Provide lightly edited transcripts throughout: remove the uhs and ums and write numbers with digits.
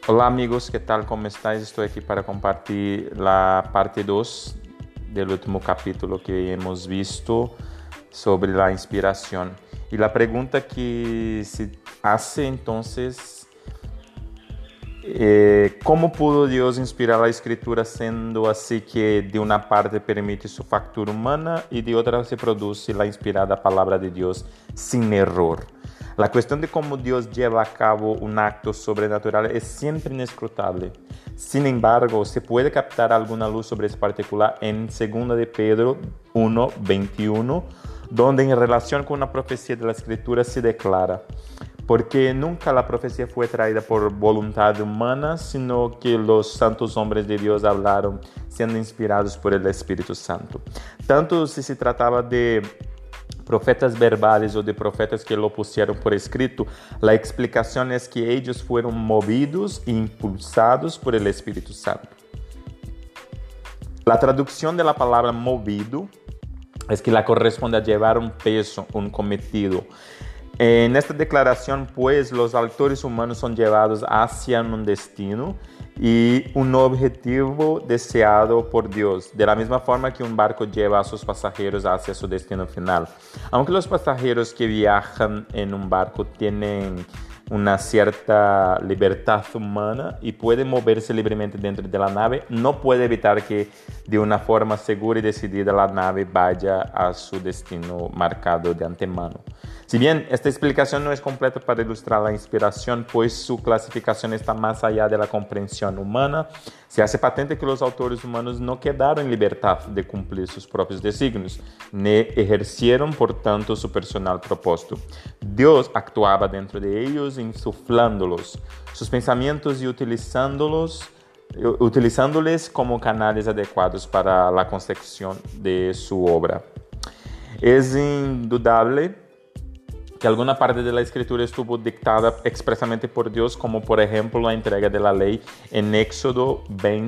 Hola amigos, ¿qué tal? ¿Cómo estáis? Estoy aquí para compartir la parte 2 del último capítulo que hemos visto sobre la inspiración. Y la pregunta que se hace entonces, ¿cómo pudo Dios inspirar la escritura siendo así que de una parte permite su factura humana y de otra se produce la inspirada palabra de Dios sin error? La cuestión de cómo Dios lleva a cabo un acto sobrenatural es siempre inescrutable. Sin embargo, se puede captar alguna luz sobre ese particular en 2 de Pedro 1:21, donde en relación con una profecía de la Escritura se declara: porque nunca la profecía fue traída por voluntad humana, sino que los santos hombres de Dios hablaron siendo inspirados por el Espíritu Santo. Tanto si se trataba de profetas verbales o de profetas que lo pusieron por escrito, la explicación es que ellos fueron movidos e impulsados por el Espíritu Santo. La traducción de la palabra movido es que la corresponde a llevar un peso, un cometido. En esta declaración, pues, los autores humanos son llevados hacia un destino y un objetivo deseado por Dios, de la misma forma que un barco lleva a sus pasajeros hacia su destino final. Aunque los pasajeros que viajan en un barco tienen una cierta libertad humana y pueden moverse libremente dentro de la nave, no puede evitar que de una forma segura y decidida la nave vaya a su destino marcado de antemano. Si bien esta explicación no es completa para ilustrar la inspiración, pues su clasificación está más allá de la comprensión humana, se hace patente que los autores humanos no quedaron en libertad de cumplir sus propios designios, ni ejercieron por tanto su personal propósito. Dios actuaba dentro de ellos, insuflándolos sus pensamientos y utilizándoles como canales adecuados para la consecución de su obra. Es indudable que alguna parte de la escritura estuvo dictada expresamente por Dios, como por ejemplo la entrega de la ley en Éxodo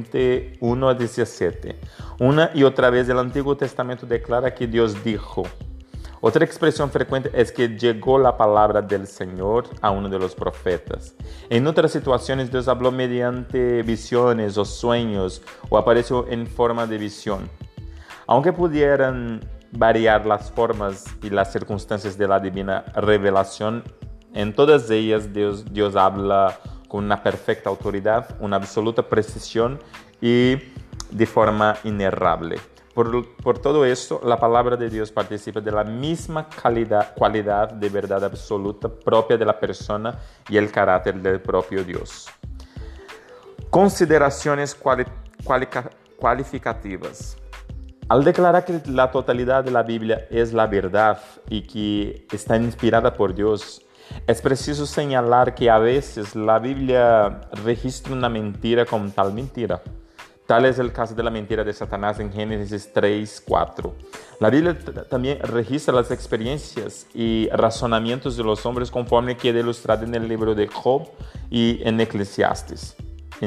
21:17. Una y otra vez el Antiguo Testamento declara que Dios dijo. Otra expresión frecuente es que llegó la palabra del Señor a uno de los profetas. En otras situaciones Dios habló mediante visiones o sueños o apareció en forma de visión. Aunque pudieran variar las formas y las circunstancias de la divina revelación, en todas ellas Dios habla con una perfecta autoridad, una absoluta precisión y de forma inerrable. Por todo esto, la palabra de Dios participa de la misma cualidad de verdad absoluta propia de la persona y el carácter del propio Dios. Consideraciones cualificativas. Al declarar que la totalidad de la Biblia es la verdad y que está inspirada por Dios, es preciso señalar que a veces la Biblia registra una mentira como tal mentira. Tal es el caso de la mentira de Satanás en Génesis 3:4. La Biblia también registra las experiencias y razonamientos de los hombres conforme queda ilustrado en el libro de Job y en Eclesiastés.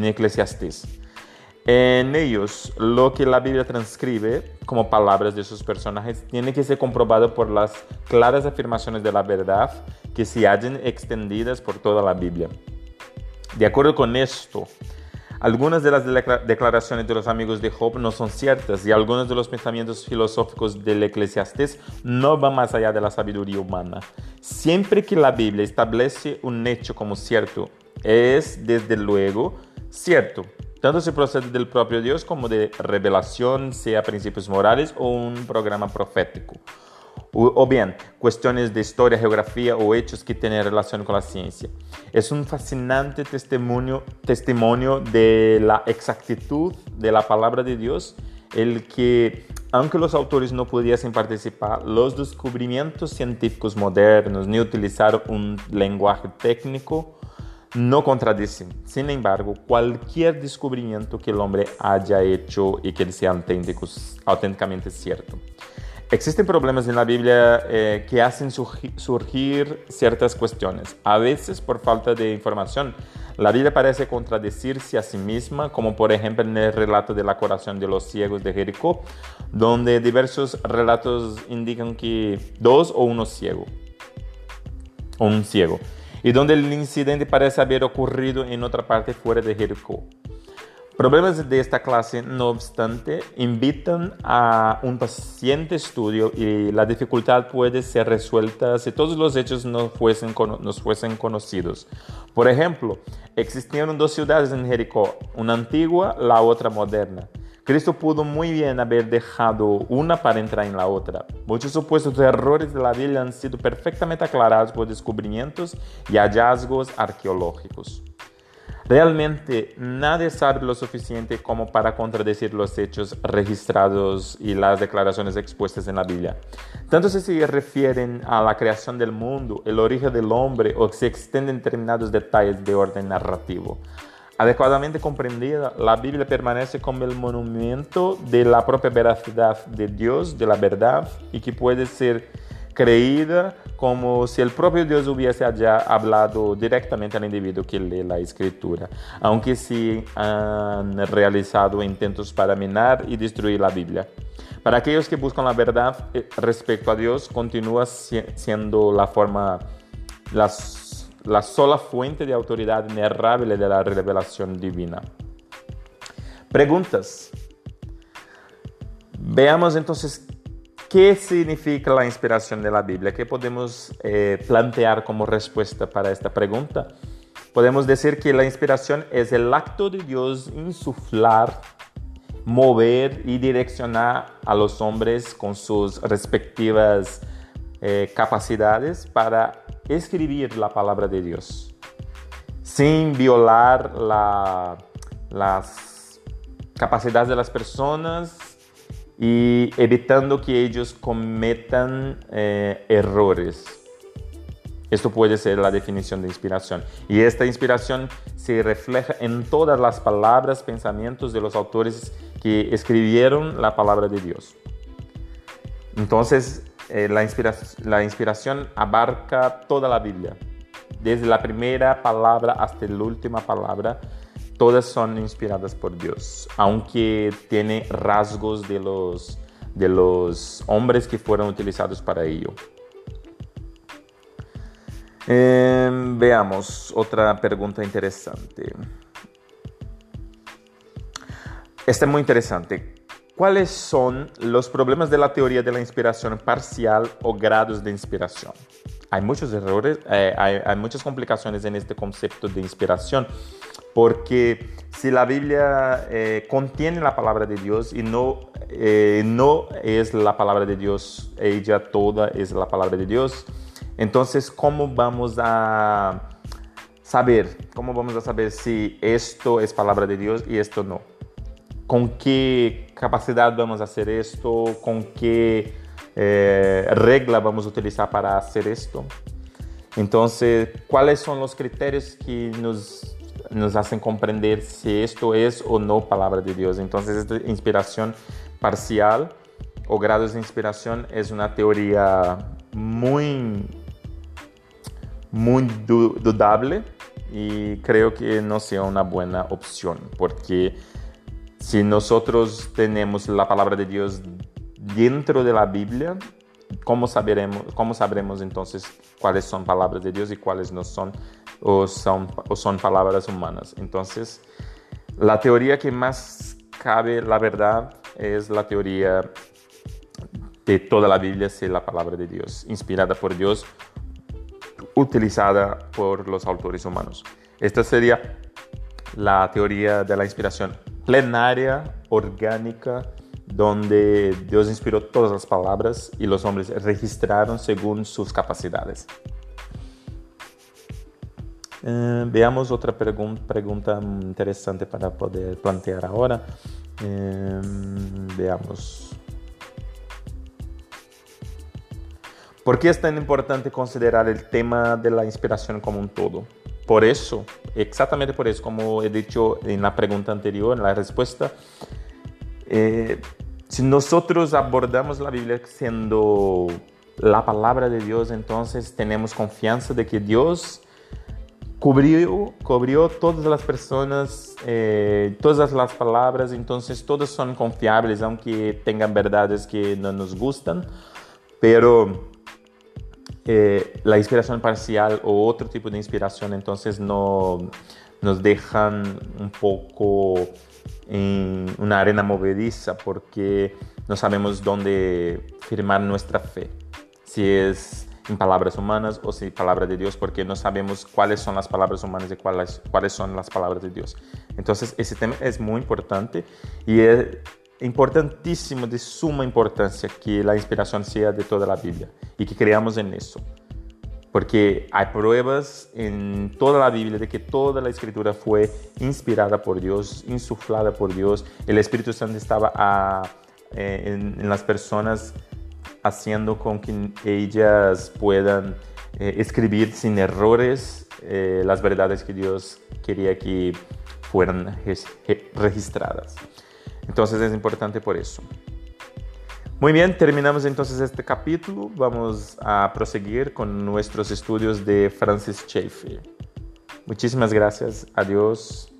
En ellos, lo que la Biblia transcribe como palabras de sus personajes tiene que ser comprobado por las claras afirmaciones de la verdad que se hallan extendidas por toda la Biblia. De acuerdo con esto, algunas de las declaraciones de los amigos de Job no son ciertas y algunos de los pensamientos filosóficos del Eclesiastés no van más allá de la sabiduría humana. Siempre que la Biblia establece un hecho como cierto, es desde luego cierto. Tanto se procede del propio Dios como de revelación, sea principios morales o un programa profético. O bien, cuestiones de historia, geografía o hechos que tienen relación con la ciencia. Es un fascinante testimonio de la exactitud de la palabra de Dios, el que, aunque los autores no pudiesen participar, los descubrimientos científicos modernos ni utilizar un lenguaje técnico, no contradicen. Sin embargo, cualquier descubrimiento que el hombre haya hecho y que sea auténticamente cierto. Existen problemas en la Biblia que hacen surgir ciertas cuestiones. A veces, por falta de información, la Biblia parece contradecirse a sí misma, como por ejemplo en el relato de la curación de los ciegos de Jericó, donde diversos relatos indican que un ciego. y donde el incidente parece haber ocurrido en otra parte fuera de Jericó. Problemas de esta clase, no obstante, invitan a un paciente estudio y la dificultad puede ser resuelta si todos los hechos nos fuesen conocidos. Por ejemplo, existieron dos ciudades en Jericó, una antigua, la otra moderna. Cristo pudo muy bien haber dejado una para entrar en la otra. Muchos supuestos errores de la Biblia han sido perfectamente aclarados por descubrimientos y hallazgos arqueológicos. Realmente nadie sabe lo suficiente como para contradecir los hechos registrados y las declaraciones expuestas en la Biblia. Tanto si se refieren a la creación del mundo, el origen del hombre o si extienden determinados detalles de orden narrativo. Adecuadamente comprendida, la Biblia permanece como el monumento de la propia veracidad de Dios, de la verdad, y que puede ser creída como si el propio Dios hubiese ya hablado directamente al individuo que lee la Escritura, aunque sí han realizado intentos para minar y destruir la Biblia. Para aquellos que buscan la verdad respecto a Dios, continúa siendo la sola fuente de autoridad inerrable de la revelación divina. Preguntas. Veamos entonces ¿qué significa la inspiración de la Biblia? ¿Qué podemos plantear como respuesta para esta pregunta? Podemos decir que la inspiración es el acto de Dios insuflar, mover y direccionar a los hombres con sus respectivas capacidades para escribir la palabra de Dios, sin violar las capacidades de las personas y evitando que ellos cometan errores. Esto puede ser la definición de inspiración. Y esta inspiración se refleja en todas las palabras, pensamientos de los autores que escribieron la palabra de Dios. Entonces, la inspiración abarca toda la Biblia, desde la primera palabra hasta la última palabra. Todas son inspiradas por Dios, aunque tiene rasgos de los hombres que fueron utilizados para ello. Veamos otra pregunta interesante. Esta es muy interesante. ¿Cuáles son los problemas de la teoría de la inspiración parcial o grados de inspiración? Hay muchos errores, hay muchas complicaciones en este concepto de inspiración, porque si la Biblia contiene la palabra de Dios y no es la palabra de Dios, ella toda es la palabra de Dios, entonces ¿cómo vamos a saber si esto es palabra de Dios y esto no? ¿Con qué capacidad vamos a hacer esto? ¿Con qué regla vamos a utilizar para hacer esto? Entonces, ¿cuáles son los criterios que nos hacen comprender si esto es o no palabra de Dios? Entonces, esta inspiración parcial o grados de inspiración es una teoría muy dudable y creo que no sea una buena opción, porque si nosotros tenemos la palabra de Dios dentro de la Biblia, ¿cómo sabremos entonces cuáles son palabras de Dios y cuáles no son o son palabras humanas? Entonces, la teoría que más cabe, la verdad, es la teoría de toda la Biblia ser la palabra de Dios, inspirada por Dios, utilizada por los autores humanos. Esta sería la teoría de la inspiración plenaria, orgánica, donde Dios inspiró todas las palabras y los hombres registraron según sus capacidades. Veamos otra pregunta interesante para poder plantear ahora. Veamos. ¿Por qué es tan importante considerar el tema de la inspiración como un todo? Por eso, exactamente por eso, como he dicho en la pregunta anterior, en la respuesta, si nosotros abordamos la Biblia siendo la palabra de Dios, entonces tenemos confianza de que Dios cubrió todas las personas, todas las palabras, entonces todas son confiables, aunque tengan verdades que no nos gustan, pero la inspiración parcial o otro tipo de inspiración entonces no nos dejan un poco en una arena movediza porque no sabemos dónde firmar nuestra fe, si es en palabras humanas o si palabra de Dios, porque no sabemos cuáles son las palabras humanas y cuáles son las palabras de Dios. Entonces ese tema es muy importante y es importantísimo, de suma importancia que la inspiración sea de toda la Biblia y que creamos en eso. Porque hay pruebas en toda la Biblia de que toda la Escritura fue inspirada por Dios, insuflada por Dios. El Espíritu Santo estaba en las personas haciendo con que ellas puedan escribir sin errores las verdades que Dios quería que fueran registradas. Entonces es importante por eso. Muy bien, terminamos entonces este capítulo. Vamos a proseguir con nuestros estudios de Francis Schaeffer. Muchísimas gracias. Adiós.